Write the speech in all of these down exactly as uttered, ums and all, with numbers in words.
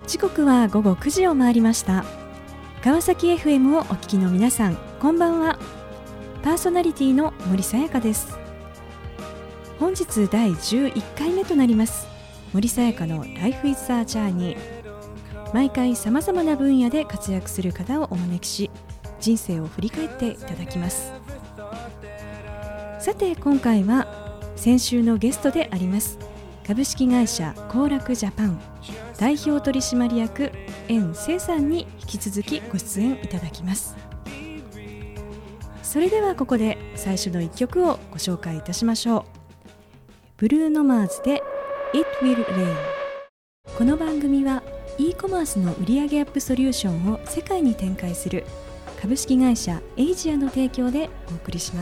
時刻は午後くじを回りました。川崎 エフエム をお聞きの皆さん、こんばんは。パーソナリティの森さやかです。本日だいじゅういっかいめとなります森さやかの Life is a Journey。 毎回さまざまな分野で活躍する方をお招きし、人生を振り返っていただきます。さて今回は先週のゲストであります株式会社幸楽ジャパン代表取締役円聖さんに引き続きご出演いただきます。それではここで最初のいっきょくをご紹介いたしましょう。ブルーノマーズで It Will Rain。 この番組は e コマースの売上アップソリューションを世界に展開する株式会社エイジアの提供でお送りします。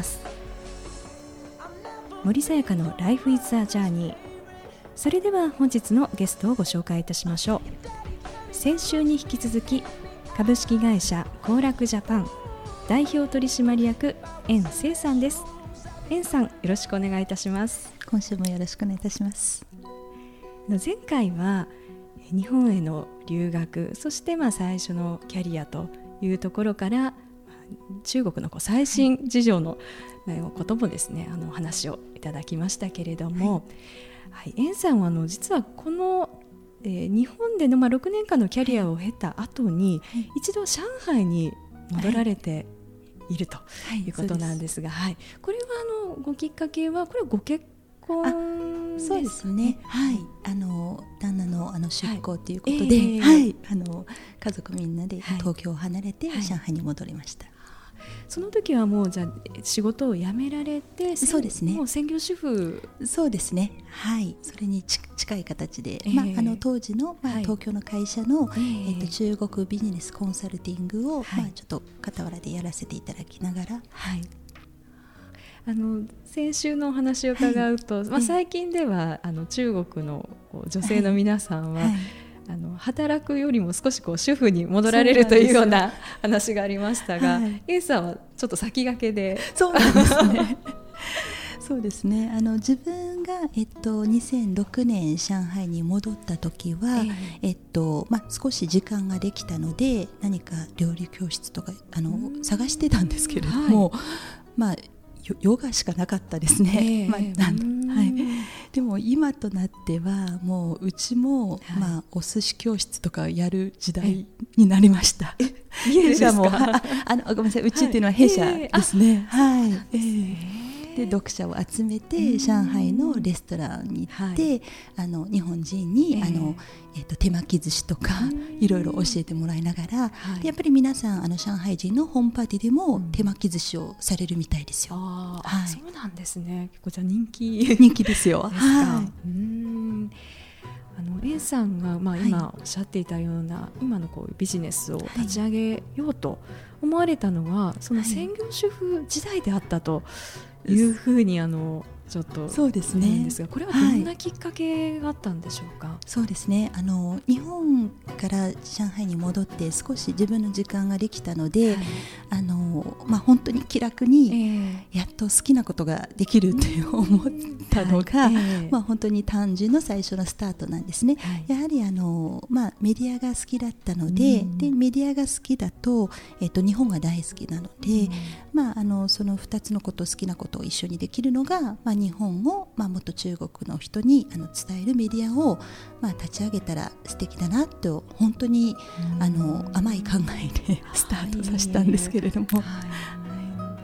森さやかの Life is a Journey。 それでは本日のゲストをご紹介いたしましょう。先週に引き続き株式会社幸楽ジャパン代表取締役円聖さんです。円さん、よろしくお願いいたします。 今週もよろしくお願いいたします。 前回は日本への留学、そしてまあ最初のキャリアというところから中国のこう最新事情のこともですね、あの話をいただきましたけれども、はいはい、円さんはあの実はこの、えー、日本でのまあろくねんかんのキャリアを経た後に、はい、一度上海に戻られているということなんですが、はいはい、これはあのごきっかけはこれはご結婚ですか？ そうですね、はい、あの旦那 の, あの出向ということで、はいえーはい、あの家族みんなで東京を離れて上海に戻りました、はいはい、 その時はもうじゃあ仕事を辞められて、 そうですね、 もう専業主婦。 そうですね、はい、それにち近い形で、 えーまあ、あの当時の、まあ、東京の会社の、 はい、 えーと、中国ビジネスコンサルティングを、 はい、 まあ、ちょっと傍らでやらせていただきながら、 はい、あの先週のお話を伺うと、はい、まあ、最近ではあの中国の女性の皆さんは、はいはい、あの働くよりも少しこう主婦に戻られるというような話がありましたが、はい、A さんはちょっと先駆けで。 そうなんですねそうですね、あの自分が、えっと、にせんろくねん上海に戻った時は、えーえっとまあ、少し時間ができたので何か料理教室とかあの探してたんですけれども、はい、まあヨガしかなかったですね、えーまあなんはい、でも今となってはもううちも、はい、まあ、お寿司教室とかやる時代になりました。 え家ですか？ もああのごめんなさい、うちっていうのは弊社ですね、はい、えーで読者を集めて上海のレストランに行って、はい、あの日本人に、えーあのえー、と手巻き寿司とかいろいろ教えてもらいながら、はい、でやっぱり皆さんあの上海人のホームパーティーでも手巻き寿司をされるみたいですよ。 あ、はい、そうなんですね。結構じゃあ人気人気ですよ。 ですか？はい、うーん、あの A さんが、まあ、今おっしゃっていたような、はい、今のこうビジネスを立ち上げようと思われたのは、はい、その専業主婦時代であったというふうにあのちょっとそうですね、 なんですが、これはどんなきっかけがあったんでしょうか？はい、 そうですね、あの日本から上海に戻って少し自分の時間ができたので、はい、あのまあ、本当に気楽にやっと好きなことができると思ったのが、はい、えーまあ、本当に単純の最初のスタートなんですね、はい、やはりあの、まあ、メディアが好きだったので、うん、でメディアが好きだと、えっと、日本が大好きなので、うん、まあ、あのそのふたつのこと好きなことを一緒にできるのが、まあ、日本を、まあ、もっと中国の人にあの伝えるメディアを、まあ、立ち上げたら素敵だなと本当にあの甘い考えでスタートさせたんですけれども、はいはい、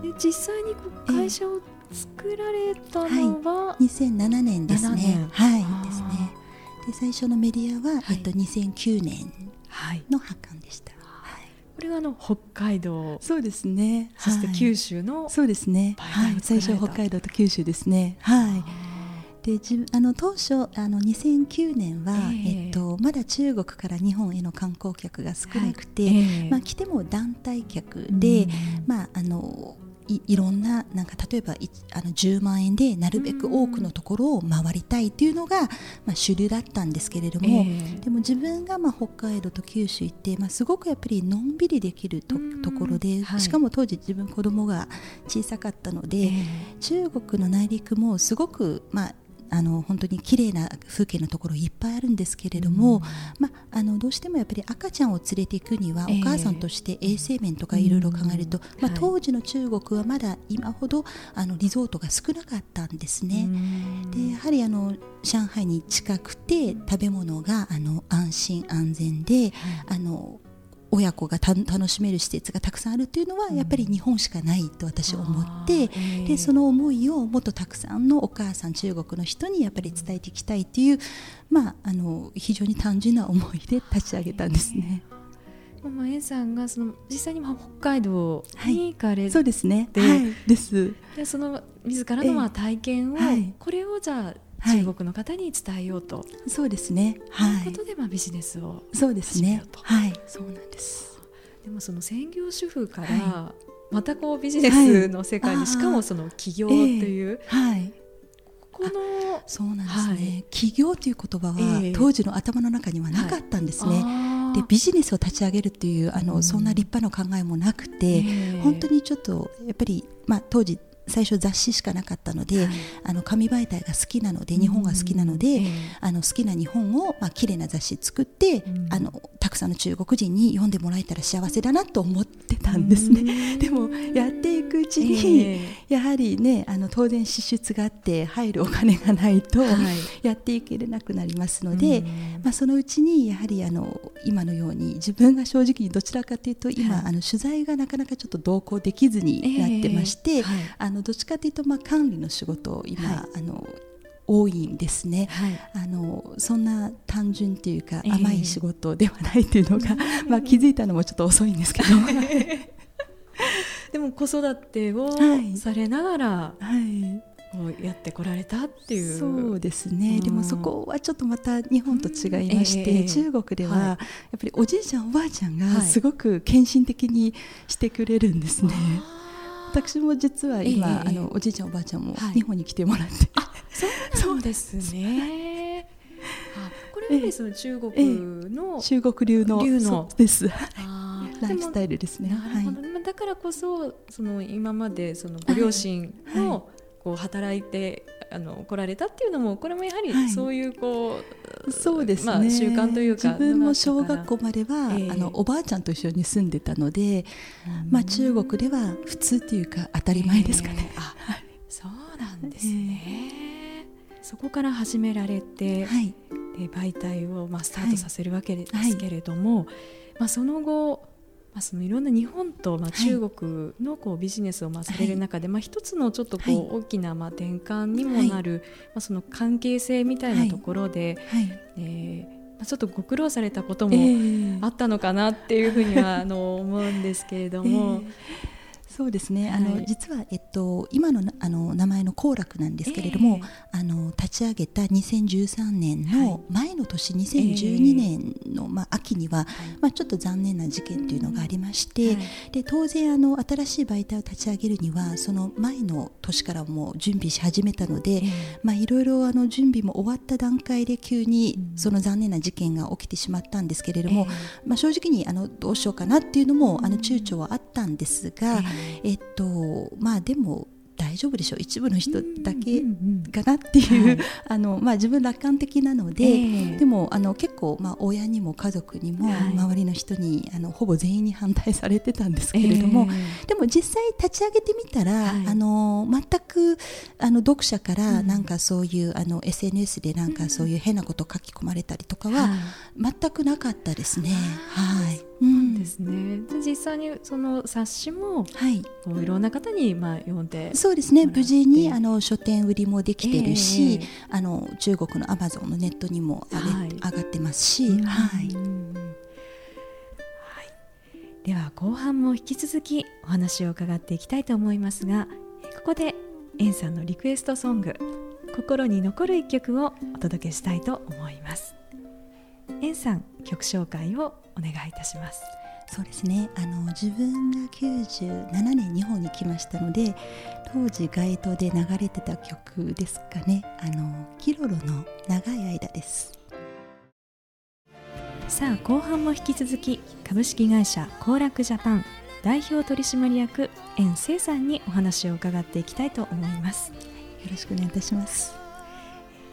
で実際に会社を作られたのは、 はい、にせんななねんですね。はいですね。で最初のメディアは、はい、えっと、にせんきゅうねんの発刊でした。 これはあの北海道、 そうですね、 そして九州の、 はい、そうですね、はい、最初北海道と九州ですね。はい、で自あの当初あのにせんきゅうねんは、えーえっと、まだ中国から日本への観光客が少なくて、はい、えーまあ、来ても団体客で、まあ、あのい, いろんな、なんか例えばあのじゅうまんえんでなるべく多くのところを回りたいというのが、まあ、主流だったんですけれども、えー、でも自分がまあ北海道と九州行って、まあ、すごくやっぱりのんびりできる と, ところで、はい、しかも当時自分子供が小さかったので、えー、中国の内陸もすごく、まああの本当に綺麗な風景のところいっぱいあるんですけれども、うん、まあ、あのどうしてもやっぱり赤ちゃんを連れていくには、えー、お母さんとして衛生面とかいろいろ考えると、うん、まあ、当時の中国はまだ今ほどあのリゾートが少なかったんですね。でやはりあの上海に近くて食べ物があの安心安全で、あの親子がた楽しめる施設がたくさんあるというのはやっぱり日本しかないと私は思って、うん、でその思いをもっとたくさんのお母さん中国の人にやっぱり伝えていきたいっていう、まあ、あの非常に単純な思いで立ち上げたんですね。 まあ、エンさんがその実際に北海道に行かれて、はい、 そうですね、はい、ですでその自らのまあ体験を、はい、これをじゃあ中国の方に伝えようと、はい、 そうですね、はい、 ということでまあビジネスをそうですね、はい、そうなんです。 でもその専業主婦からまたこうビジネスの世界に、はい、しかもその起業という、えーはい、このそうなんですね、はい、起業という言葉は当時の頭の中にはなかったんですね、はい、でビジネスを立ち上げるっていうあの、うん、そんな立派な考えもなくて、えー、本当にちょっとやっぱり、まあ、当時最初雑誌しかなかったので、はい、あの紙媒体が好きなので日本が好きなので、うん、あの好きな日本を、まあ綺麗な雑誌作って、うん、あのたくさんの中国人に読んでもらえたら幸せだなと思ってたんですね、うん、でもやっていくうちに、えー、やはりねあの当然支出があって入るお金がないとやっていけれなくなりますので、うん、まあ、そのうちにやはりあの今のように自分が正直にどちらかというと今、はい、あの取材がなかなかちょっと同行できずになってまして、えーはい、あのどっちかというと、まあ、管理の仕事を今、はい、あの多いんですね、はい、あのそんな単純というか甘い仕事ではないというのが、えーまあ、気づいたのもちょっと遅いんですけどでも子育てをされながら、はいはいこうやってこられたっていう。 そうですね、うん、でもそこはちょっとまた日本と違いまして、うんえー、中国ではやっぱりおじいちゃんおばあちゃんがすごく献身的にしてくれるんですね、はい、私も実は今、えー、あのおじいちゃんおばあちゃんも日本に来てもらって、はい、 あそうなんですねあこれはね、その中国の、えー、 中国流の流のそうですライフスタイルですね。 なるほど、はい、だからこそ、その今までそのご両親の、はいこう働いてあの来られたっていうのもこれもやはりそういうこう、はい、そうですね、まあ、習慣というか自分も小学校までは、えー、あのおばあちゃんと一緒に住んでたので、まあ、中国では普通というか当たり前ですかね、 えーあはい、そうなんですね、えー、そこから始められて、はい、で媒体をまあスタートさせるわけですけれども、はいはいまあ、その後まあ、そのいろんな日本とまあ中国のこうビジネスをまあされる中で、はいまあ、一つのちょっとこう大きなまあ転換にもなる、はいまあ、その関係性みたいなところで、はいえーまあ、ちょっとご苦労されたこともあったのかなっていうふうにはあの思うんですけれども、えーそうですね、はい、あの実は、えっと、今 の, あの名前の幸楽なんですけれども、えー、あの立ち上げたにせんじゅうさんねんの前の年、はい、にせんじゅうにねんの、まあ、秋には、はいまあ、ちょっと残念な事件というのがありまして、はい、で当然あの新しい媒体を立ち上げるにはその前の年からもう準備し始めたので、えーまあ、いろいろあの準備も終わった段階で急にその残念な事件が起きてしまったんですけれども、えーまあ、正直にあのどうしようかなっていうのもあの躊躇はあったんですが、えーえっとまあでも大丈夫でしょう、一部の人だけかなっていう、うんうんうんはいあのまあ、自分楽観的なので、えー、でもあの結構、まあ、親にも家族にも、はい、周りの人にあのほぼ全員に反対されてたんですけれども、えー、でも実際立ち上げてみたら、はい、あの全くあの読者からなんかそういう、うん、あの エスエヌエス でなんかそういう変なこと書き込まれたりとかは全くなかったですね、はい、 うん、ですね。実際にその冊子も、はい、こういろんな方にまあ読んでそうですね、無事にあの書店売りもできてるし、えー、あの中国のアマゾンのネットにも上げ、はい、上がってますし、はいはい、 では後半も引き続きお話を伺っていきたいと思いますが、ここでエンさんのリクエストソング心に残る一曲をお届けしたいと思います。エンさん、曲紹介をお願いいたします。 そうですね、あの自分がきゅうじゅうななねん日本に来ましたので、当時街頭で流れてた曲ですかね、あのキロロの長い間です。 さあ後半も引き続き株式会社幸楽ジャパン代表取締役円聖さんにお話を伺っていきたいと思います。 よろしくお願いいたします。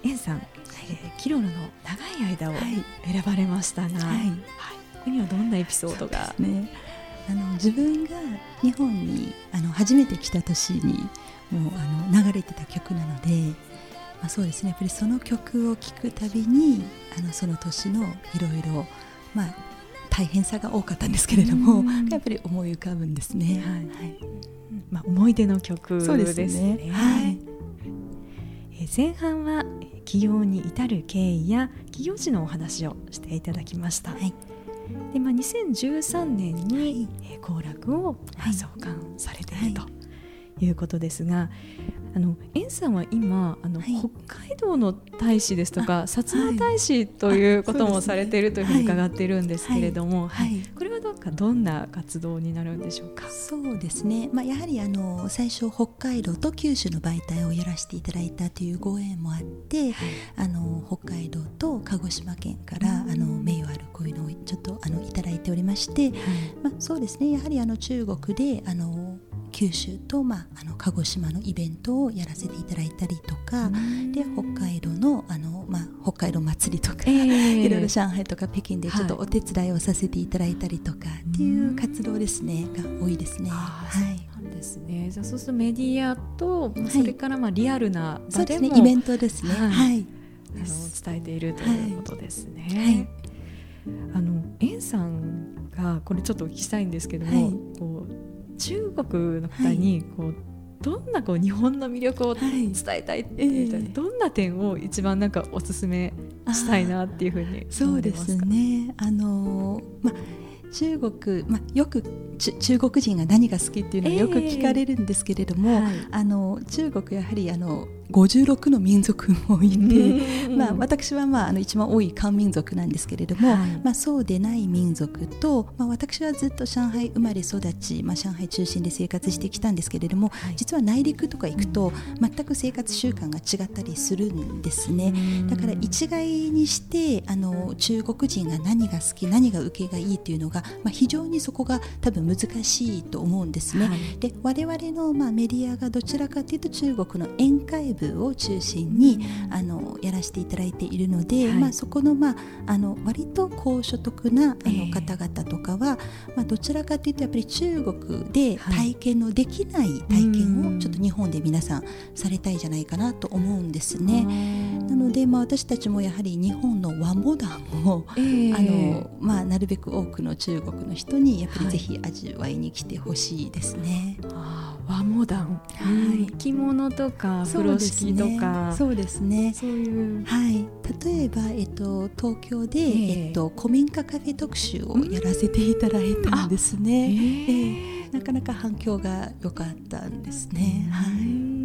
エンさん、はいえー、キロロの長い間を選ばれましたが、はいはい、ここにはどんなエピソードが。 そうですね、あの自分が日本にあの初めて来た年にもうあの流れてた曲なので、まあ、そうですね、やっぱりその曲を聴くたびにあのその年のいろいろまあ大変さが多かったんですけれども、やっぱり思い浮かぶんですね。はいはいまあ、思い出の曲ですね。そうですね、はい、え前半は起業に至る経緯や起業時のお話をしていただきました。はいでまあ、にせんじゅうさんねんに好楽を創刊されているということですが、あのエンさんは今あの、はい、北海道の大使ですとか薩摩大使ということもされているというふうに伺っているんですけれども、これはどうかどんな活動になるんでしょうか。 そうですね、まあ、やはりあの最初北海道と九州の媒体をやらせていただいたというご縁もあって、はい、あの北海道と鹿児島県からあの名誉あるこういうのをちょっとあのいただいておりまして、はいまあ、そうですね、やはりあの中国であの九州と、まあ、あの鹿児島のイベントをやらせていただいたりとかで、北海道の、あの、まあ、北海道祭りとか、えー、いろいろ上海とか北京でちょっとお手伝いをさせていただいたりとかっていう活動ですねが多いですね。はい、 そうなんですね。じゃあそうするとメディアと、はい、それからまあリアルな場でも、 そうですね、イベントですね、はいはい、 あの伝えているということですね。はいはい、あのエンさんがこれちょっとお聞きしたいんですけども、はい、こう中国の方にこう、はい、どんなこう日本の魅力を伝えたいっていう、はいえー、どんな点を一番なんかおすすめしたいなっていうふうに思いますか。 そうですね、あのーま中国、ま、よく中国人が何が好きっていうのはよく聞かれるんですけれども、えーはい、あの中国やはりあのごじゅうろくの民族もいて、まあ、私は、まあ、あの一番多い漢民族なんですけれども、はいまあ、そうでない民族と、まあ、私はずっと上海生まれ育ち、まあ、上海中心で生活してきたんですけれども、はい、実は内陸とか行くと全く生活習慣が違ったりするんですね。だから一概にしてあの中国人が何が好き何が受けがいいというのが、まあ、非常にそこが多分難しいと思うんですね。はい、で我々の、まあ、メディアがどちらかというと中国の沿海部を中心に、うん、あのやらせていただいているので、はいまあ、そこの、まあ、あの割と高所得なあの方々とかは、えーまあ、どちらかというとやっぱり中国で体験のできない体験をちょっと日本で皆さんされたいじゃないかなと思うんですね。なので、まあ、私たちもやはり日本の和モダンを、えーあのまあ、なるべく多くの中国の人にやっぱりぜひ味わいに来てほしいですね。 はい、和モダン、はい、着物とか風呂敷とかそうですね、 そういう、 はい、例えば、えっと、東京で、えーえっと、古民家カフェ特集をやらせていただいたんですね。えーえー、なかなか反響が良かったんですね。はい、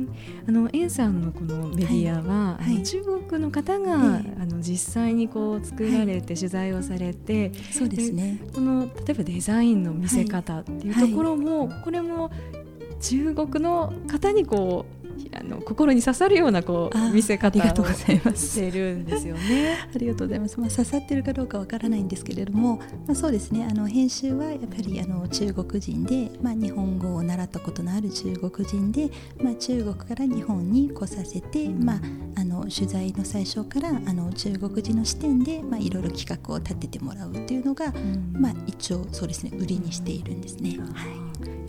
あのエンさんのこのメディアは、はい、あの中国の方が、えー、あの実際にこう作られて、はい、取材をされて、 そうですね、 この例えばデザインの見せ方っていうところも、はい、これも中国の方にこうあの心に刺さるようなこう見せ方をしてるんですよね。 ありがとうございます。まあ、刺さってるかどうかわからないんですけれども、まあ、そうですね、あの編集はやっぱりあの中国人で、まあ、日本語を習ったことのある中国人で、まあ、中国から日本に来させて、うんまあ、あの取材の最初からあの中国人の視点で、まあ、いろいろ企画を立ててもらうというのが、うんまあ、一応そうですね、売りにしているんですね。はい、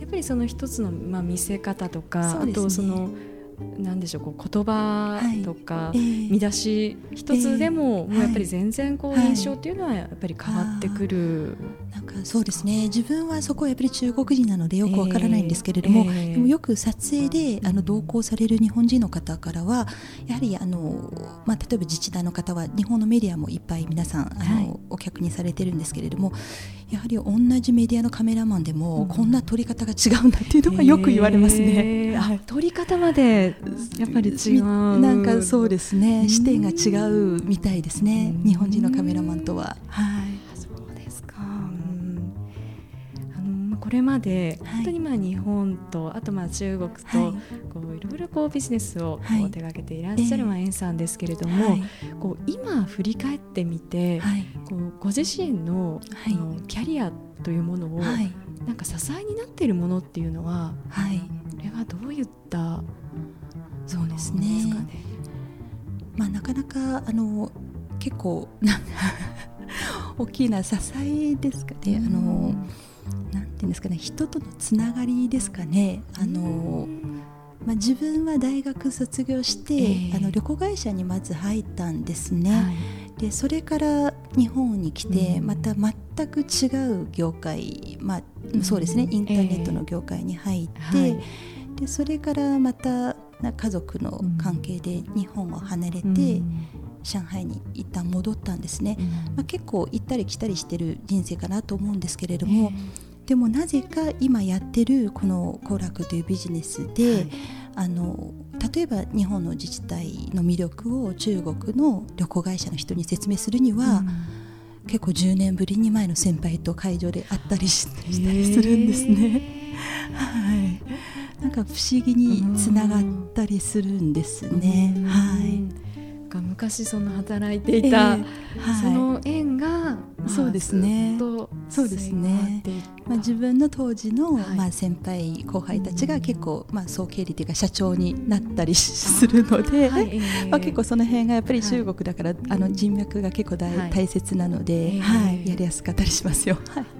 やっぱりその一つの、まあ、見せ方とか、ね、あとそのなんでしょう、こう言葉とか、はいえー、見出し一つでも、えー、もうやっぱり全然こう、はい、印象っていうのはやっぱり変わってくる。 なんかそうですね、自分はそこはやっぱり中国人なのでよくわからないんですけれども、えー、でもよく撮影であの同行される日本人の方からはやはりあの、まあ、例えば自治体の方は日本のメディアもいっぱい皆さんあの、はい、お客にされてるんですけれども、やはり同じメディアのカメラマンでもこんな撮り方が違うんだっていうのがよく言われますね。 えーはい、撮り方までやっぱり違う、 なんかそうですね、視点が違うみたいですね、日本人のカメラマンとは。はい、 そうですか。あのこれまで本当にまあ日本と、はい、あとまあ中国と、はい、こういろいろこうビジネスをこう手掛けていらっしゃるエンさんですけれども、はい、こう今振り返ってみて、はい、こうご自身 の,、はい、のキャリアというものを、はい、なんか支えになっているものっていうのは、はい、これはどういったそうですね、 まあ、なかなかあの結構な大きな支えですかね、あのなんていうんですかね、人とのつながりですかね。あの、まあ、自分は大学卒業して、えー、あの旅行会社にまず入ったんですね、はい、でそれから日本に来て、また全く違う業界、まあ、そうですね、インターネットの業界に入って、えーはい、でそれからまた家族の関係で日本を離れて、うん、上海に一旦戻ったんですね、うん、まあ、結構行ったり来たりしてる人生かなと思うんですけれども、えー、でもなぜか今やってるこのコラクというビジネスで、はい、あの例えば日本の自治体の魅力を中国の旅行会社の人に説明するには、うん、結構じゅうねんぶりに前の先輩と会場で会ったり し, したりするんですね、えーはい、なんか不思議につながったりするんですね、うん、はい、 昔その働いていた、えーはい、その縁が、まあ、 そうですね、そうですね、まあ、自分の当時の、はい、まあ、先輩後輩たちが結構、まあ、総経理というか社長になったりするので、はい、まあ、結構その辺がやっぱり中国だから、はい、あの人脈が結構大、はい、大切なので、はい、やりやすかったりしますよ、はい、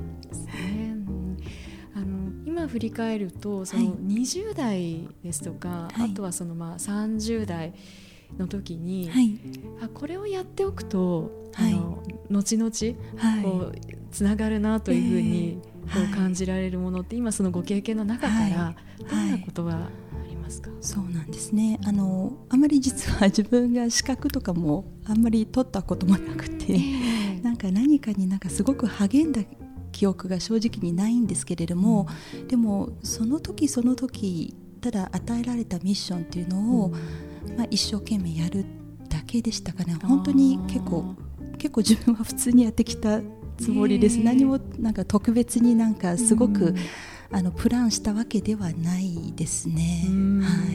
今振り返るとそのにじゅう代ですとか、はい、あとはそのまあさんじゅう代の時に、はい、あこれをやっておくと、はい、あの後々こうつながるなというふうにこう感じられるものって、今そのご経験の中からどんなことがありますか？ そうなんですね、あのあまり実は自分が資格とかもあんまり取ったこともなくて、えー、なんか何かになんかすごく励んだ記憶が正直にないんですけれども、うん、でもその時その時ただ与えられたミッションっていうのを、うん、まあ、一生懸命やるだけでしたかね。本当に結構結構自分は普通にやってきたつもりです、えー、何もなんか特別になんかすごく、うん、あのプランしたわけではないですね、はい、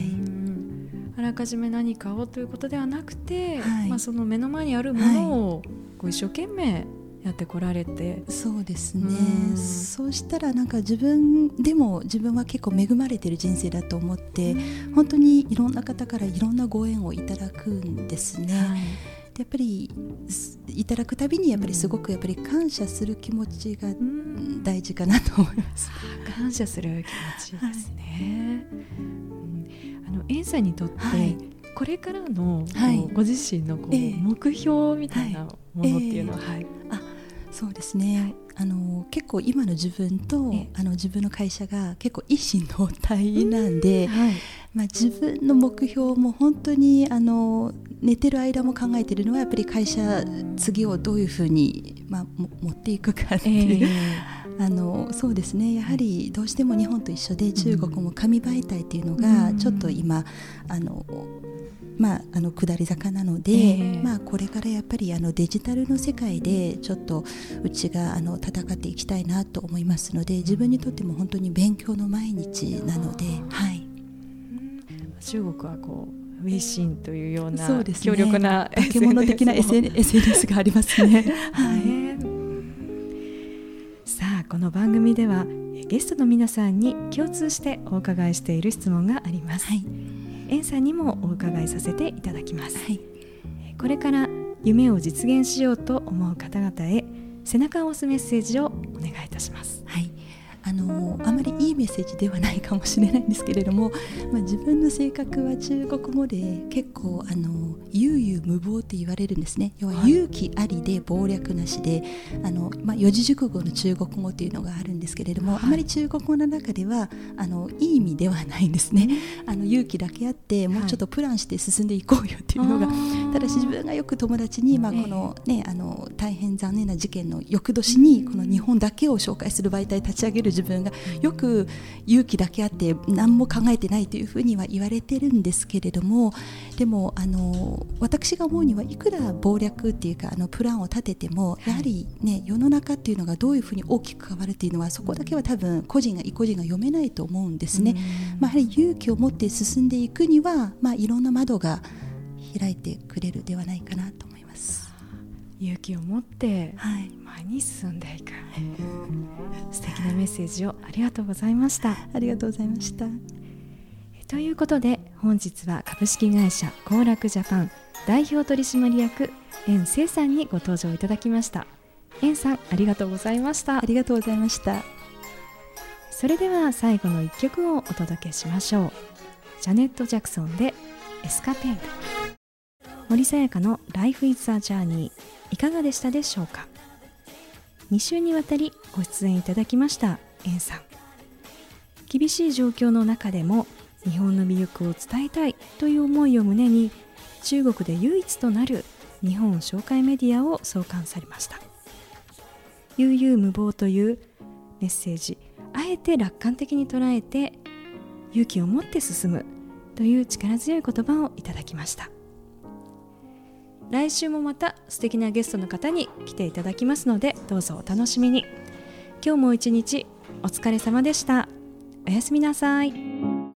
あらかじめ何かをということではなくて、はい、まあ、その目の前にあるものをこう一生懸命やってこられて、 そうですね、うそうしたらなんか自分でも自分は結構恵まれてる人生だと思って、本当にいろんな方からいろんなご縁をいただくんですね、はい、でやっぱりいただくたびにやっぱりすごくやっぱり感謝する気持ちが大事かなと思います、 うん、感謝する気持ちですね、はい、うん、あのエンさんにとって、はい、これからの、はい、ご自身のこう、えー、目標みたいなものっていうのは、はい、えー、あそうですね、はい、あの結構今の自分とあの自分の会社が結構一心同体なんで、はい、まあ、自分の目標も本当にあの寝てる間も考えてるのはやっぱり会社次をどういうふうに、まあ、持っていくかっていう、えー、あのそうですね、やはりどうしても日本と一緒で中国も紙媒体っていうのがちょっと今あのまあ、あの下り坂なので、えーまあ、これからやっぱりあのデジタルの世界でちょっとうちがあの戦っていきたいなと思いますので、自分にとっても本当に勉強の毎日なので、はい、 中国はこう微信というような強力な、 ね、化け物的な エスエヌエス がありますね、はい、 さあこの番組ではゲストの皆さんに共通してお伺いしている質問があります、はい、エンさんにもお伺いさせていただきます、はい、これから夢を実現しようと思う方々へ背中を押すメッセージをお願いいたします。 はい、あのあまりいいメッセージではないかもしれないんですけれども、まあ、自分の性格は中国語で結構あの有勇無謀って言われるんですね。要は勇気ありで謀略なしで、あの、まあ、四字熟語の中国語というのがあるんですけれども、はい、あまり中国語の中ではあのいい意味ではないんですね。あの勇気だけあってもうちょっとプランして進んでいこうよっていうのが、はい、ただし自分がよく友達に、まあこのね、あの大変残念な事件の翌年にこの日本だけを紹介する媒体立ち上げる自分がよく勇気だけあって何も考えてないというふうには言われてるんですけれども、でもあの私が思うにはいくら謀略っていうかあのプランを立ててもやはりね、世の中っていうのがどういうふうに大きく変わるっていうのはそこだけは多分個人が個人が読めないと思うんですね。まあ、やはり勇気を持って進んでいくには、まあ、いろんな窓が開いてくれるではないかなと思います。 勇気を持って前に進んでいく、はい、素敵なメッセージをありがとうございました。 ありがとうございました。 ということで本日は株式会社幸楽ジャパン代表取締役円聖さんにご登場いただきました。円さん、ありがとうございました。 ありがとうございました。 それでは最後の一曲をお届けしましょう。ジャネット・ジャクソンでエスカペード。森さやかの Life is a Journey、 いかがでしたでしょうか。に週にわたりご出演いただきました円さん。厳しい状況の中でも日本の魅力を伝えたいという思いを胸に、中国で唯一となる日本紹介メディアを創刊されました。悠々無謀というメッセージ、あえて楽観的に捉えて勇気を持って進むという力強い言葉をいただきました。来週もまた素敵なゲストの方に来ていただきますので、どうぞお楽しみに。今日も一日お疲れ様でした。おやすみなさい。